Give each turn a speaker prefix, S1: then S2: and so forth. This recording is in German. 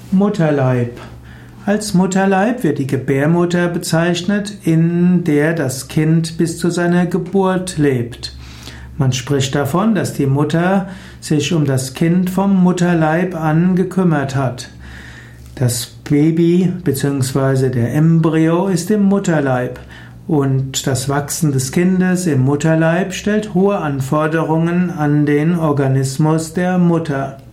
S1: Mutterleib. Als Mutterleib wird die Gebärmutter bezeichnet, in der das Kind bis zu seiner Geburt lebt. Man spricht davon, dass die Mutter sich um das Kind vom Mutterleib an gekümmert hat. Das Baby bzw. der Embryo ist im Mutterleib und das Wachsen des Kindes im Mutterleib stellt hohe Anforderungen an den Organismus der Mutter.